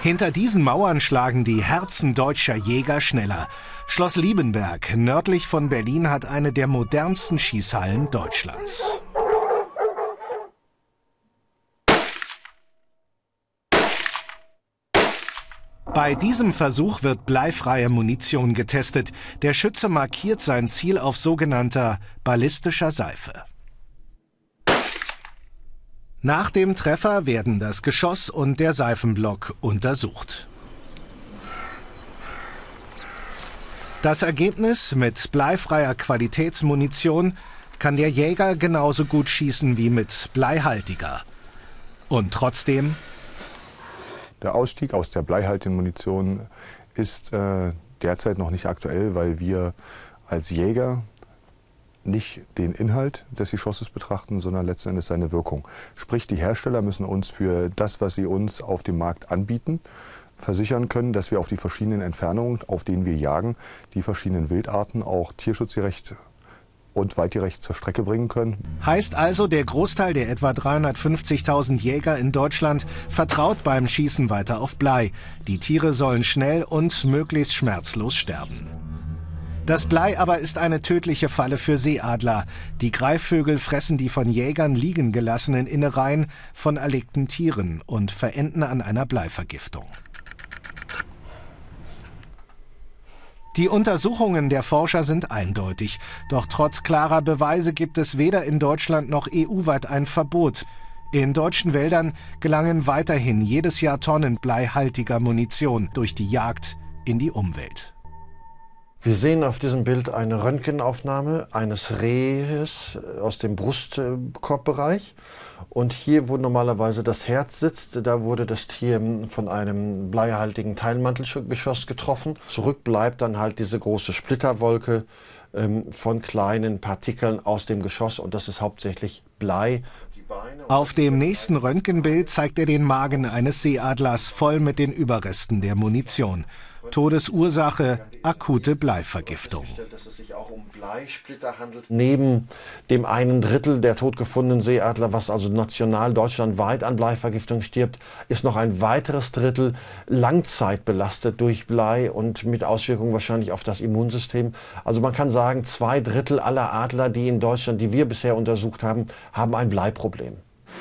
Hinter diesen Mauern schlagen die Herzen deutscher Jäger schneller. Schloss Liebenberg, nördlich von Berlin, hat eine der modernsten Schießhallen Deutschlands. Bei diesem Versuch wird bleifreie Munition getestet. Der Schütze markiert sein Ziel auf sogenannter ballistischer Seife. Nach dem Treffer werden das Geschoss und der Seifenblock untersucht. Das Ergebnis: mit bleifreier Qualitätsmunition kann der Jäger genauso gut schießen wie mit bleihaltiger. Und trotzdem: Der Ausstieg aus der bleihaltigen Munition ist derzeit noch nicht aktuell, weil wir als Jäger nicht den Inhalt des Geschosses betrachten, sondern letzten Endes seine Wirkung. Sprich, die Hersteller müssen uns für das, was sie uns auf dem Markt anbieten, versichern können, dass wir auf die verschiedenen Entfernungen, auf denen wir jagen, die verschiedenen Wildarten auch tierschutzgerecht und weitgerecht zur Strecke bringen können. Heißt also, der Großteil der etwa 350.000 Jäger in Deutschland vertraut beim Schießen weiter auf Blei. Die Tiere sollen schnell und möglichst schmerzlos sterben. Das Blei aber ist eine tödliche Falle für Seeadler. Die Greifvögel fressen die von Jägern liegen gelassenen Innereien von erlegten Tieren und verenden an einer Bleivergiftung. Die Untersuchungen der Forscher sind eindeutig. Doch trotz klarer Beweise gibt es weder in Deutschland noch EU-weit ein Verbot. In deutschen Wäldern gelangen weiterhin jedes Jahr Tonnen bleihaltiger Munition durch die Jagd in die Umwelt. Wir sehen auf diesem Bild eine Röntgenaufnahme eines Rehes aus dem Brustkorbbereich. Und hier, wo normalerweise das Herz sitzt, da wurde das Tier von einem bleihaltigen Teilmantelgeschoss getroffen. Zurück bleibt dann halt diese große Splitterwolke von kleinen Partikeln aus dem Geschoss, und das ist hauptsächlich Blei. Auf dem nächsten Röntgenbild zeigt er den Magen eines Seeadlers voll mit den Überresten der Munition. Todesursache: akute Bleivergiftung. Dass es sich auch um Bleisplitter handelt. Neben dem 1/3 der totgefundenen Seeadler, was also national deutschlandweit an Bleivergiftung stirbt, ist noch ein weiteres Drittel langzeitbelastet durch Blei und mit Auswirkungen wahrscheinlich auf das Immunsystem. Also man kann sagen, 2/3 aller Adler, die in Deutschland, die wir bisher untersucht haben, haben ein Bleiproblem.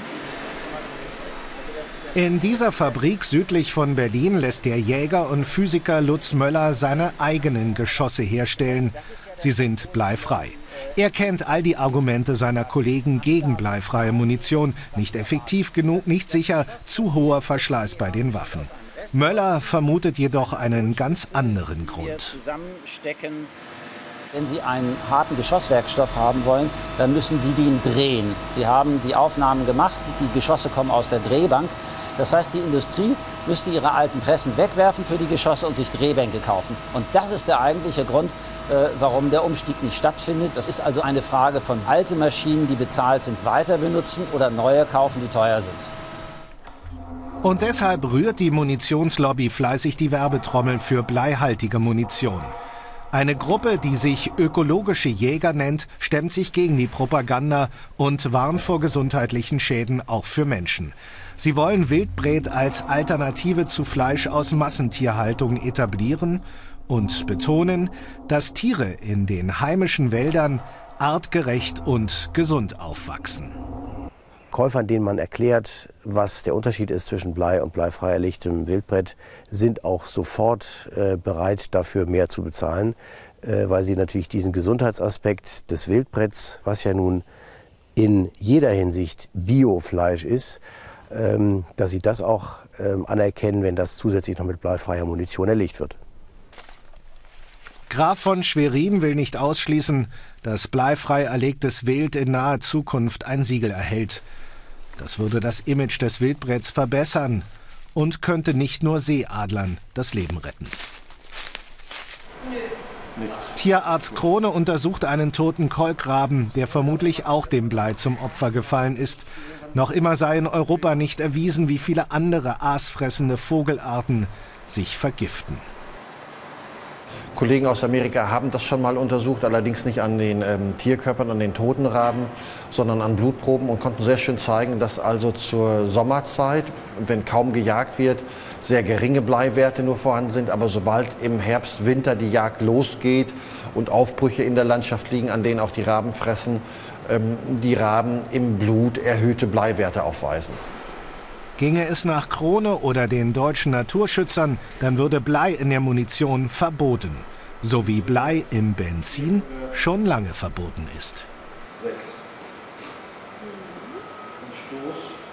In dieser Fabrik südlich von Berlin lässt der Jäger und Physiker Lutz Möller seine eigenen Geschosse herstellen. Sie sind bleifrei. Er kennt all die Argumente seiner Kollegen gegen bleifreie Munition. Nicht effektiv genug, nicht sicher, zu hoher Verschleiß bei den Waffen. Möller vermutet jedoch einen ganz anderen Grund. Wenn Sie einen harten Geschosswerkstoff haben wollen, dann müssen Sie den drehen. Sie haben die Aufnahmen gemacht, die Geschosse kommen aus der Drehbank. Das heißt, die Industrie müsste ihre alten Pressen wegwerfen für die Geschosse und sich Drehbänke kaufen. Und das ist der eigentliche Grund, warum der Umstieg nicht stattfindet. Das ist also eine Frage von alten Maschinen, die bezahlt sind, weiter benutzen, oder neue kaufen, die teuer sind. Und deshalb rührt die Munitionslobby fleißig die Werbetrommel für bleihaltige Munition. Eine Gruppe, die sich ökologische Jäger nennt, stemmt sich gegen die Propaganda und warnt vor gesundheitlichen Schäden auch für Menschen. Sie wollen Wildbret als Alternative zu Fleisch aus Massentierhaltung etablieren und betonen, dass Tiere in den heimischen Wäldern artgerecht und gesund aufwachsen. Käufern, denen man erklärt, was der Unterschied ist zwischen Blei und bleifrei erlegtem Wildbret, sind auch sofort bereit, dafür mehr zu bezahlen, weil sie natürlich diesen Gesundheitsaspekt des Wildbrets, was ja nun in jeder Hinsicht Biofleisch ist, dass sie das auch anerkennen, wenn das zusätzlich noch mit bleifreier Munition erlegt wird. Graf von Schwerin will nicht ausschließen, dass bleifrei erlegtes Wild in naher Zukunft ein Siegel erhält. Das würde das Image des Wildbrets verbessern und könnte nicht nur Seeadlern das Leben retten. Tierarzt Krone untersucht einen toten Kolkraben, der vermutlich auch dem Blei zum Opfer gefallen ist. Noch immer sei in Europa nicht erwiesen, wie viele andere aasfressende Vogelarten sich vergiften. Kollegen aus Amerika haben das schon mal untersucht, allerdings nicht an den Tierkörpern, an den toten Raben, sondern an Blutproben und konnten sehr schön zeigen, dass also zur Sommerzeit, wenn kaum gejagt wird, sehr geringe Bleiwerte nur vorhanden sind. Aber sobald im Herbst, Winter die Jagd losgeht und Aufbrüche in der Landschaft liegen, an denen auch die Raben fressen, die Raben im Blut erhöhte Bleiwerte aufweisen. Ginge es nach Krone oder den deutschen Naturschützern, dann würde Blei in der Munition verboten. So wie Blei im Benzin schon lange verboten ist. 6. Und Stoß.